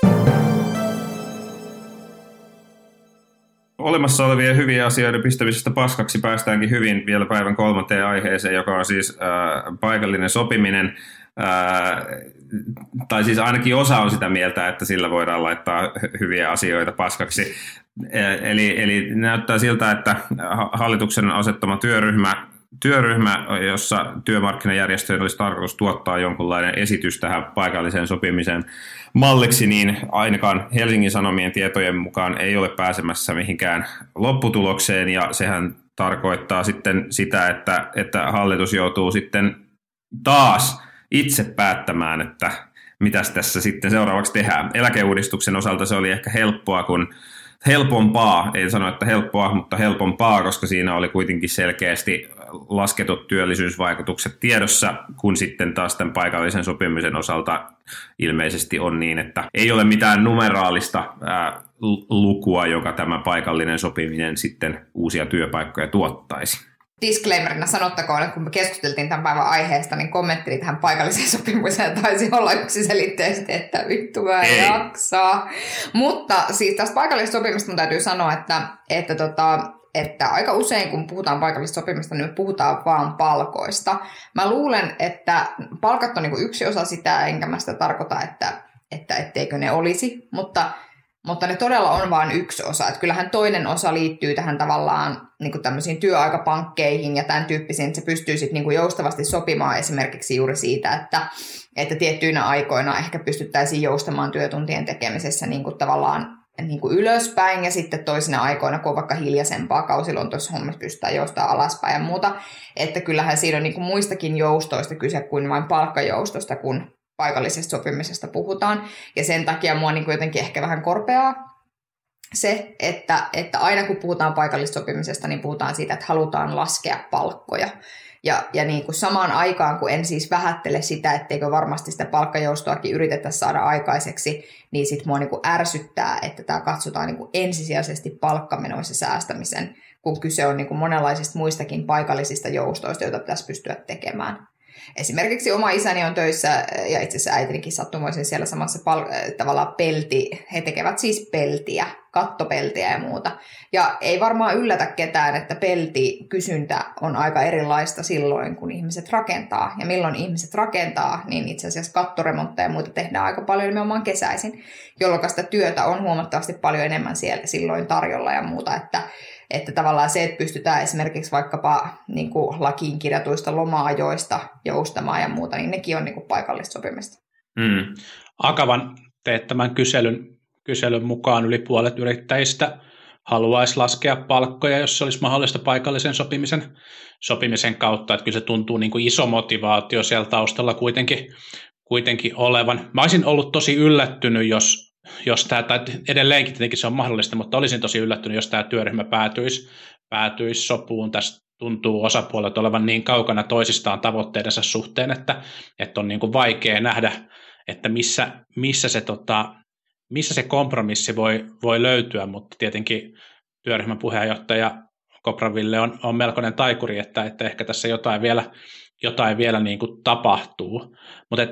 Olemassa olevien hyviä asioiden pistämisestä paskaksi päästäänkin hyvin vielä päivän kolmanteen aiheeseen, joka on siis äh, paikallinen sopiminen. Äh, tai siis ainakin osa on sitä mieltä, että sillä voidaan laittaa hyviä asioita paskaksi. Eli, eli näyttää siltä, että hallituksen asettama työryhmä, työryhmä, jossa työmarkkinajärjestöjen olisi tarkoitus tuottaa jonkunlainen esitys tähän paikalliseen sopimiseen malliksi, niin ainakaan Helsingin Sanomien tietojen mukaan ei ole pääsemässä mihinkään lopputulokseen, ja sehän tarkoittaa sitten sitä, että, että hallitus joutuu sitten taas itse päättämään, että mitäs tässä sitten seuraavaksi tehdään. Eläkeuudistuksen osalta se oli ehkä helppoa, kun helpompaa, ei sano, että helppoa, mutta helpompaa, koska siinä oli kuitenkin selkeästi lasketut työllisyysvaikutukset tiedossa, kun sitten taas tämän paikallisen sopimisen osalta ilmeisesti on niin, että ei ole mitään numeraalista ää, lukua, joka tämä paikallinen sopiminen sitten uusia työpaikkoja tuottaisi. Disclaimerina sanottakoon, että kun me keskusteltiin tämän päivän aiheesta, niin kommenttini tähän paikalliseen sopimuseen taisi olla yksiselitteisesti, että vittu mä en jaksaa. Mutta siis tästä paikallisesta sopimista mun täytyy sanoa, että, että, tota, että aika usein, kun puhutaan paikallisesta sopimista, niin me puhutaan vaan palkoista. Mä luulen, että palkat on niin kuin yksi osa sitä, enkä mä sitä tarkoita, että, että etteikö ne olisi, mutta, mutta ne todella on vain yksi osa. Että kyllähän toinen osa liittyy tähän tavallaan niin kuin tämmöisiin työaikapankkeihin ja tämän tyyppisiin, että se pystyy sitten niin kuin joustavasti sopimaan esimerkiksi juuri siitä, että, että tiettyinä aikoina ehkä pystyttäisiin joustamaan työtuntien tekemisessä niin kuin tavallaan niin kuin ylöspäin ja sitten toisina aikoina, kun on vaikka hiljaisempaa kausilontoissa hommissa pystytään joustamaan alaspäin ja muuta. Että kyllähän siinä on niin kuin muistakin joustoista kyse kuin vain palkkajoustosta, kun paikallisesta sopimisesta puhutaan. Ja sen takia mua niin kuin jotenkin ehkä vähän korpeaa se, että, että aina kun puhutaan paikallisesta sopimisesta, niin puhutaan siitä, että halutaan laskea palkkoja. Ja, ja niin kuin samaan aikaan, kun en siis vähättele sitä, etteikö varmasti sitä palkkajoustoakin yritetä saada aikaiseksi, niin sit mua niin kuin ärsyttää, että tämä katsotaan niin kuin ensisijaisesti palkkamenoissa säästämisen, kun kyse on niin kuin monenlaisista muistakin paikallisista joustoista, joita pitäisi pystyä tekemään. Esimerkiksi oma isäni on töissä, ja itse asiassa äitinikin sattumoisin siellä samassa pal- tavallaan pelti, he tekevät siis peltiä, kattopeltiä ja muuta. Ja ei varmaan yllätä ketään, että peltikysyntä on aika erilaista silloin, kun ihmiset rakentaa. Ja milloin ihmiset rakentaa, niin itse asiassa kattoremontteja ja muita tehdään aika paljon nimenomaan kesäisin, jolloin sitä työtä on huomattavasti paljon enemmän siellä silloin tarjolla ja muuta, että Että tavallaan se, että pystytään esimerkiksi vaikkapa niin kuin lakiin kirjatuista loma-ajoista joustamaan ja muuta, niin nekin on niin kuin paikallista sopimista. Mm. Akavan teettämän kyselyn, kyselyn mukaan yli puolet yrittäjistä haluaisi laskea palkkoja, jos se olisi mahdollista paikallisen sopimisen, sopimisen kautta. Että kyllä se tuntuu niin kuin iso motivaatio siellä taustalla kuitenkin, kuitenkin olevan. Mä olisin ollut tosi yllättynyt, jos Jos tämä, tai edelleenkin tietenkin se on mahdollista, mutta olisin tosi yllättynyt, jos tämä työryhmä päätyisi, päätyisi sopuun. Tässä tuntuu osapuolet olevan niin kaukana toisistaan tavoitteidensa suhteen, että, että on niin kuin vaikea nähdä, että missä, missä, se, tota, missä se kompromissi voi, voi löytyä, mutta tietenkin työryhmän puheenjohtaja Kopranville on, on melkoinen taikuri, että, että ehkä tässä jotain vielä, jotain vielä niin kuin tapahtuu. Mutta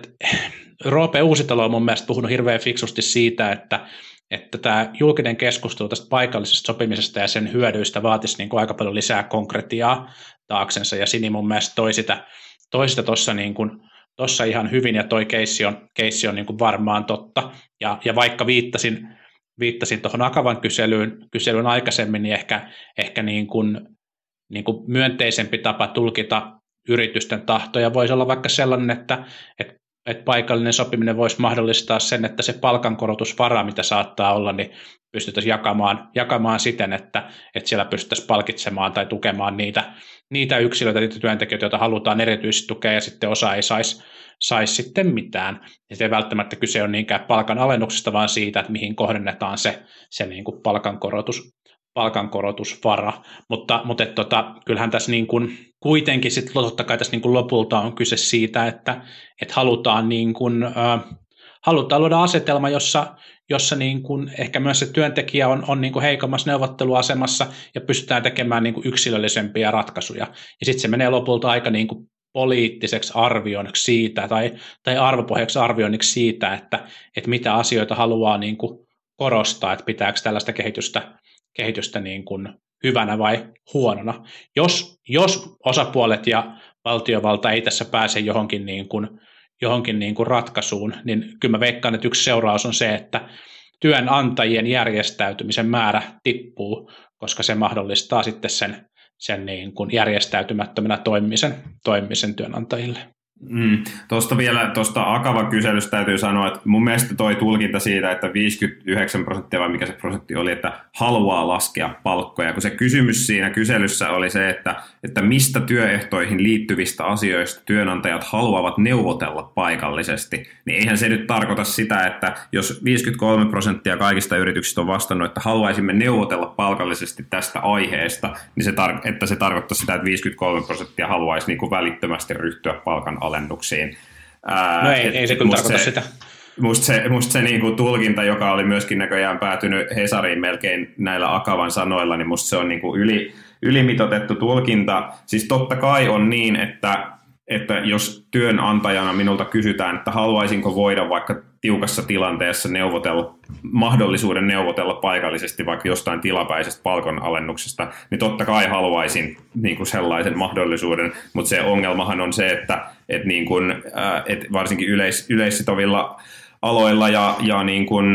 Roope Uusitalo on mun mielestä puhunut hirveän fiksusti siitä, että, että tämä julkinen keskustelu tästä paikallisesta sopimisesta ja sen hyödyistä vaatisi niin kuin aika paljon lisää konkretiaa taaksensa, ja Sini mun mielestä toi sitä tuossa niin kuin, ihan hyvin, ja toi keissi on, keissi on niin kuin varmaan totta, ja, ja vaikka viittasin viittasin tuohon Akavan kyselyyn, kyselyyn aikaisemmin, niin ehkä, ehkä niin kuin, niin kuin myönteisempi tapa tulkita yritysten tahtoja voisi olla vaikka sellainen, että, että, että paikallinen sopiminen voisi mahdollistaa sen, että se palkankorotusvara, mitä saattaa olla, niin pystyttäisiin jakamaan, jakamaan siten, että, että siellä pystyttäisiin palkitsemaan tai tukemaan niitä, niitä yksilöitä, niitä työntekijöitä, joita halutaan erityisesti tukea, ja sitten osa ei saisi sais sitten mitään. Ja ei välttämättä kyse ole niinkään palkan alennuksesta, vaan siitä, että mihin kohdennetaan se, se niin kuin palkankorotus, palkankorotusvara. Mutta, mutta et, tota, kyllähän tässä niin kuin, kuitenkin sit, totta kai tässä niin kuin lopulta on kyse siitä, että et halutaan, niin kuin, äh, halutaan luoda asetelma, jossa, jossa niin kuin ehkä myös se työntekijä on, on niin kuin heikommassa neuvotteluasemassa ja pystytään tekemään niin kuin yksilöllisempiä ratkaisuja. Ja sitten se menee lopulta aika niin kuin poliittiseksi arvioinniksi siitä tai, tai arvopohjaksi arvioinniksi siitä, että, että mitä asioita haluaa niin kuin korostaa, että pitääkö tällaista kehitystä, kehitystä niin kuin hyvänä vai huonona. Jos, jos osapuolet ja valtiovalta ei tässä pääse johonkin, niin kuin, johonkin niin kuin ratkaisuun, niin kyllä mä veikkaan, että yksi seuraus on se, että työnantajien järjestäytymisen määrä tippuu, koska se mahdollistaa sitten sen sen niin kuin järjestäytymättömänä toimimisen, toimimisen työnantajille. Mm. Tuosta vielä, tuosta Akava-kyselystä täytyy sanoa, että mun mielestä toi tulkinta siitä, että viisikymmentäyhdeksän prosenttia vai mikä se prosentti oli, että haluaa laskea palkkoja, kun se kysymys siinä kyselyssä oli se, että, että mistä työehtoihin liittyvistä asioista työnantajat haluavat neuvotella paikallisesti, niin eihän se nyt tarkoita sitä, että jos viisikymmentäkolme prosenttia kaikista yrityksistä on vastannut, että haluaisimme neuvotella palkallisesti tästä aiheesta, niin se tar- että se tarkoittaa sitä, että viisikymmentäkolme prosenttia haluaisi niin kuin välittömästi ryhtyä palkan alennuksiin. No ei, ei se kyllä tarkoita se, sitä. Musta se, musta se niin kuin tulkinta, joka oli myöskin näköjään päätynyt Hesariin melkein näillä Akavan sanoilla, niin musta se on niin kuin yli, ylimitoitettu tulkinta. Siis totta kai on niin, että että jos työnantajana minulta kysytään, että haluaisinko voida vaikka tiukassa tilanteessa neuvotella, mahdollisuuden neuvotella paikallisesti vaikka jostain tilapäisestä palkanalennuksesta, niin totta kai haluaisin niin kuin sellaisen mahdollisuuden, mutta se ongelmahan on se, että, että, niin kuin, että varsinkin yleis, yleissitovilla aloilla ja, ja niin kuin,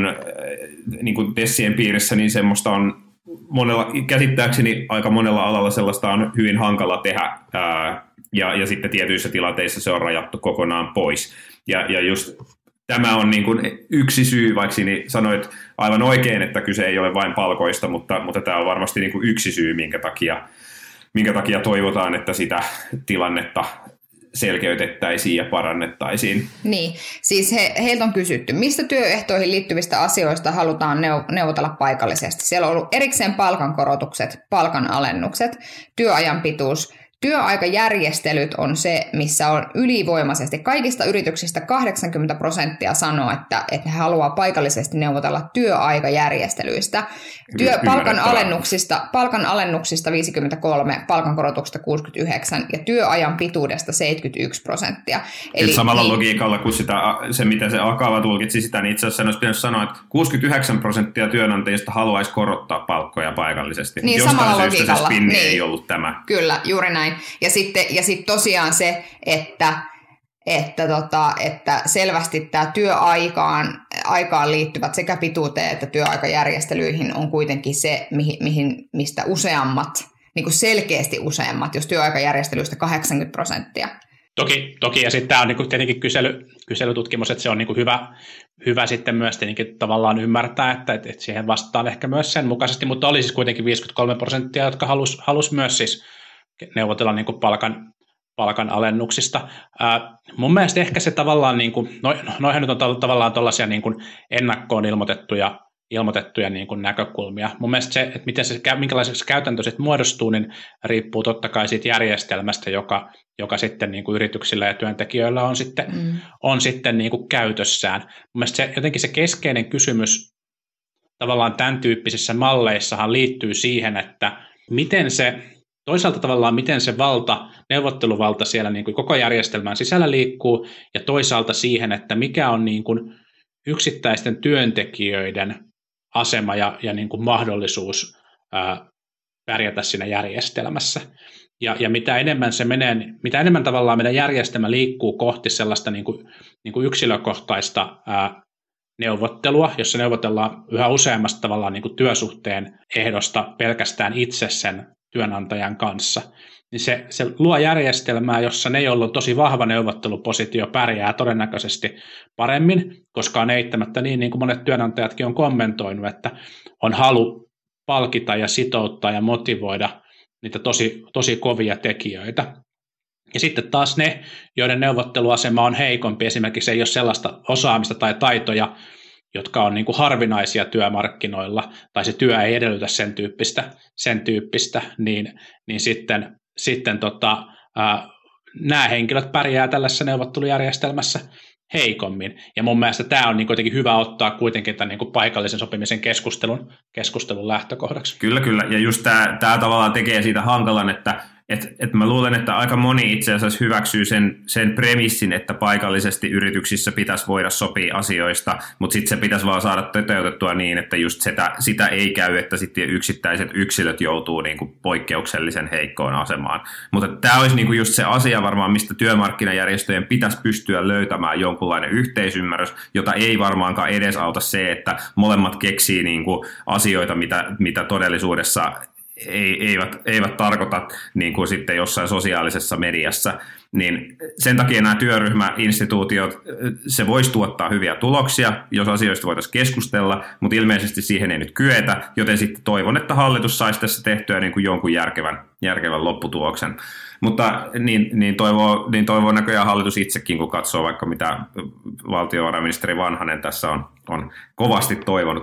niin kuin TESien piirissä, niin semmoista on monella, käsittääkseni aika monella alalla sellaista on hyvin hankala tehdä, ää, ja, ja sitten tietyissä tilanteissa se on rajattu kokonaan pois. Ja, ja just tämä on niin kuin yksi syy, vaikka sanoit aivan oikein, että kyse ei ole vain palkoista, mutta, mutta tämä on varmasti niin kuin yksi syy, minkä takia, minkä takia toivotaan, että sitä tilannetta selkeytettäisiin ja parannettaisiin. Niin, siis he, heiltä on kysytty, mistä työehtoihin liittyvistä asioista halutaan neu- neuvotella paikallisesti. Siellä on ollut erikseen palkankorotukset, palkanalennukset, työajan pituus. Työaikajärjestelyt on se, missä on ylivoimaisesti kaikista yrityksistä kahdeksankymmentä prosenttia sanoo, että, että he haluaa paikallisesti neuvotella työaikajärjestelyistä. Työ, palkan, alennuksista, palkan alennuksista viisikymmentäkolme, palkankorotuksista kuusikymmentäyhdeksän ja työajan pituudesta seitsemänkymmentäyksi prosenttia. Eli samalla niin, logiikalla kuin sitä, se, mitä se Akava tulkitsi sitä, niin itse asiassa olisi pitänyt sanoa, että kuusikymmentäyhdeksän prosenttia työnantajista haluaisi korottaa palkkoja paikallisesti. Niin, samalla logiikalla. Se spinni niin, ei ollut tämä. Kyllä, juuri näin. Ja sitten ja sit tosiaan se, että, että, tota, että selvästi tämä työaikaan aikaan liittyvät sekä pituuteen että työaikajärjestelyihin on kuitenkin se, mihin, mihin, mistä useammat, niin kuin selkeästi useammat, jos työaikajärjestelyistä kahdeksankymmentä prosenttia. Toki, toki ja sitten tämä on niinku tietenkin kysely, kyselytutkimus, että se on niinku hyvä, hyvä sitten myös tietenkin tavallaan ymmärtää, että, että siihen vastataan ehkä myös sen mukaisesti, mutta oli siis kuitenkin viisikymmentäkolme prosenttia, jotka halusi halus myös siis neuvotella niin kuin palkan, palkan alennuksista. Ää, mun mielestä ehkä se tavallaan, niin kuin, no, noihän nyt on tavallaan tuollaisia niin kuin ennakkoon ilmoitettuja, ilmoitettuja niin kuin näkökulmia. Mun mielestä se, että miten se, minkälaiseksi käytäntö sitten muodostuu, niin riippuu totta kai siitä järjestelmästä, joka, joka sitten niin kuin yrityksillä ja työntekijöillä on sitten, mm. on sitten niin kuin käytössään. Mun mielestä se, jotenkin se keskeinen kysymys tavallaan tämän tyyppisissä malleissahan liittyy siihen, että miten se toisaalta tavallaan miten se valta, neuvotteluvalta siellä niin kuin koko järjestelmän sisällä liikkuu, ja toisaalta siihen, että mikä on niin kuin yksittäisten työntekijöiden asema ja, ja niin kuin mahdollisuus ää, pärjätä siinä järjestelmässä. Ja, ja mitä enemmän se menee, mitä enemmän tavallaan meidän järjestelmä liikkuu kohti sellaista niin kuin, niin kuin yksilökohtaista ää, neuvottelua, jossa neuvotellaan yhä useammasta tavallaan niin kuin työsuhteen ehdosta pelkästään itse sen työnantajan kanssa, niin se, se luo järjestelmää, jossa ne, joilla on tosi vahva neuvottelupositio, pärjää todennäköisesti paremmin, koska on eittämättä niin, niin kuin monet työnantajatkin on kommentoinut, että on halu palkita ja sitouttaa ja motivoida niitä tosi, tosi kovia tekijöitä. Ja sitten taas ne, joiden neuvotteluasema on heikompi, esimerkiksi ei ole sellaista osaamista tai taitoja, jotka on niin kuin harvinaisia työmarkkinoilla, tai se työ ei edellytä sen tyyppistä, sen tyyppistä niin, niin sitten, sitten tota, ää, nämä henkilöt pärjää tällaisessa neuvottelujärjestelmässä heikommin. Ja mun mielestä tämä on niin kuitenkin hyvä ottaa kuitenkin tämän niin kuin paikallisen sopimisen keskustelun, keskustelun lähtökohdaksi. Kyllä, kyllä. Ja just tämä, tämä tavallaan tekee siitä hankalan, että Et, et mä luulen, että aika moni itse asiassa hyväksyy sen, sen premissin, että paikallisesti yrityksissä pitäisi voida sopia asioista, mutta sitten se pitäisi vaan saada toteutettua niin, että just sitä, sitä ei käy, että sitten yksittäiset yksilöt joutuu niinku poikkeuksellisen heikkoon asemaan. Mutta tämä olisi niinku just se asia varmaan, mistä työmarkkinajärjestöjen pitäisi pystyä löytämään jonkunlainen yhteisymmärrys, jota ei varmaankaan edesauta se, että molemmat keksii niinku asioita, mitä, mitä todellisuudessa eivät, eivät tarkoita niin kuin sitten jossain sosiaalisessa mediassa, niin sen takia nämä työryhmäinstituutiot, se voisi tuottaa hyviä tuloksia, jos asioista voitaisiin keskustella, mutta ilmeisesti siihen ei nyt kyetä, joten sitten toivon, että hallitus saisi tässä tehtyä niin kuin jonkun järkevän, järkevän lopputuloksen. Mutta niin, niin, toivoo, niin toivoo näköjään hallitus itsekin, kun katsoo vaikka mitä valtiovarainministeri Vanhanen tässä on, on kovasti toivonut.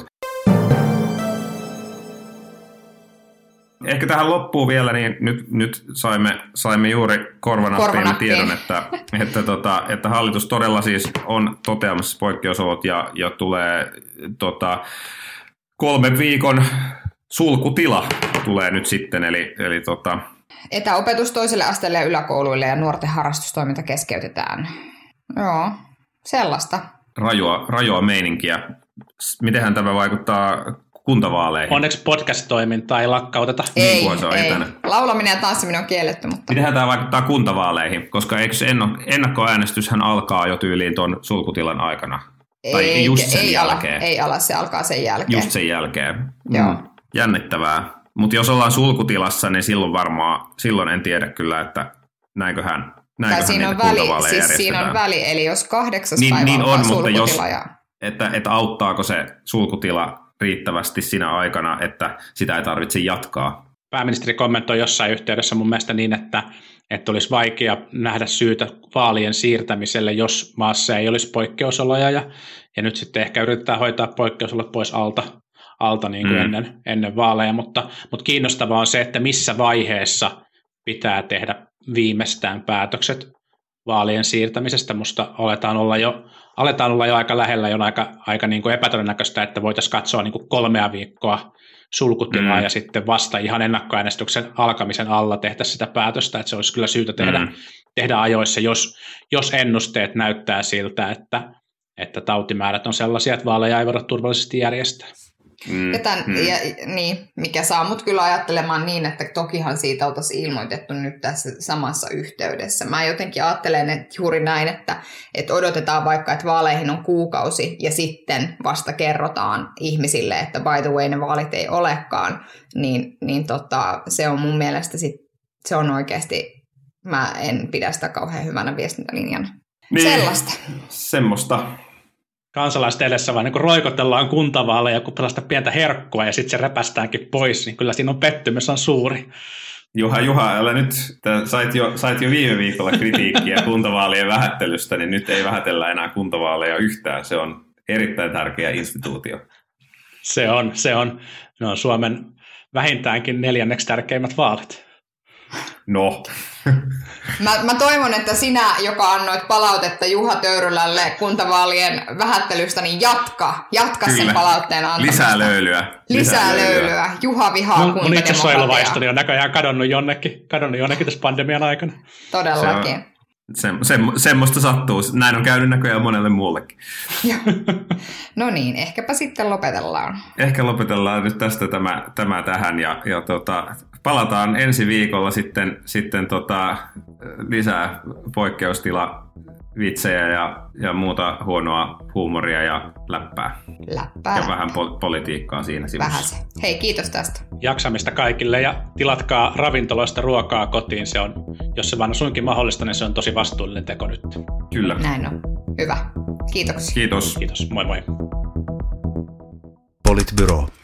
Ehkä tähän loppuun vielä, niin nyt, nyt saimme, saimme juuri korvanappiimme tiedon, että, että, tota, että hallitus todella siis on toteamassa poikkeusolot ja, ja tulee tota, kolmen viikon sulkutila tulee nyt sitten, eli, eli tota, Etäopetus toiselle asteelle ja yläkouluille ja nuorten harrastustoiminta keskeytetään. Joo, sellaista. Rajua, rajua meininkiä. Mitenhän tämä vaikuttaa kuntavaaleihin? Onneksi podcast-toimintaa ei lakkauteta. Ei, niin se on ei. etänä. Laulaminen ja tanssiminen on kielletty, mutta... Mitenhän tämä vaikuttaa kuntavaaleihin? Koska eikö ennakkoäänestyshän alkaa jo tyyliin tuon sulkutilan aikana? Tai ei, just sen ei jälkeen. Ala, ei ala, se alkaa sen jälkeen. Just sen jälkeen. Joo. Mm. Jännittävää. Mutta jos ollaan sulkutilassa, niin silloin varmaan, silloin en tiedä kyllä, että näinköhän, näinköhän siinä niitä on väli, kuntavaaleja siis siinä on väli, eli jos kahdeksas niin, päivä niin alkaa on, mutta jos, sulkutila ja... että, että auttaako se sulkutila riittävästi siinä aikana, että sitä ei tarvitse jatkaa. Pääministeri kommentoi jossain yhteydessä mun mielestä niin, että, että olisi vaikea nähdä syytä vaalien siirtämiselle, jos maassa ei olisi poikkeusoloja, ja, ja nyt sitten ehkä yritetään hoitaa poikkeusolot pois alta, alta niin kuin mm. ennen, ennen vaaleja, mutta, mutta kiinnostavaa on se, että missä vaiheessa pitää tehdä viimeistään päätökset vaalien siirtämisestä. Musta aletaan olla jo, aletaan olla jo aika lähellä, jo aika, aika niin kuin epätodennäköistä, että voitaisiin katsoa niin kuin kolmea viikkoa sulkutilaa mm. ja sitten vasta ihan ennakkoäänestyksen alkamisen alla tehtäisiin sitä päätöstä, että se olisi kyllä syytä tehdä, mm. tehdä ajoissa, jos, jos ennusteet näyttää siltä, että, että tautimäärät on sellaisia, että vaaleja ei voida turvallisesti järjestää. Mm, ja tämän, mm. ja, niin, mikä saa mut kyllä ajattelemaan niin, että tokihan siitä oltaisiin ilmoitettu nyt tässä samassa yhteydessä. Mä jotenkin ajattelen että juuri näin, että, että odotetaan vaikka, että vaaleihin on kuukausi ja sitten vasta kerrotaan ihmisille, että by the way ne vaalit ei olekaan, niin, niin tota, se on mun mielestä sit, se on oikeasti, mä en pidä sitä kauhean hyvänä viestintälinjana. Niin, sellaista. Semmoista. Kansalaiset edessä vaan niin kun roikotellaan kuntavaaleja, kun pelasta pientä herkkua ja sitten se repästäänkin pois, niin kyllä siinä on pettymys on suuri. Juha, Juha, älä nyt, sait jo, sait jo viime viikolla kritiikkiä kuntavaalien vähättelystä, niin nyt ei vähätellä enää kuntavaaleja yhtään. Se on erittäin tärkeä instituutio. Se on, se on. Ne on Suomen vähintäänkin neljänneksi tärkeimmät vaalit. No. Mä, mä toivon, että sinä, joka annoit palautetta Juha Töyrylälle kuntavaalien vähättelystä, niin jatka, jatka sen palautteen antamista. Lisää löylyä. Lisää löylyä. Juha vihaa mun, mun kuntademokratiaa. itse suojeluvaistoni on näköjään kadonnut jonnekin, kadonnut jonnekin tässä pandemian aikana. Todellakin. Se, se, semmoista sattuu. Näin on käynyt näköjään monelle muullekin. No niin, ehkäpä sitten lopetellaan. Ehkä lopetellaan nyt tästä tämä, tämä tähän ja, ja tota, palataan ensi viikolla sitten, sitten tota, lisää poikkeustila-vitsejä ja, ja muuta huonoa huumoria ja läppää. Läppää. Ja vähän pol- politiikkaa siinä sivussa. Vähän se. Hei, kiitos tästä. Jaksamista kaikille ja tilatkaa ravintoloista ruokaa kotiin. Se on, jos se vaan on suinkin mahdollista, niin se on tosi vastuullinen teko nyt. Kyllä. Näin on. Hyvä. Kiitoksia. Kiitos. Kiitos. Moi moi. Politbyro.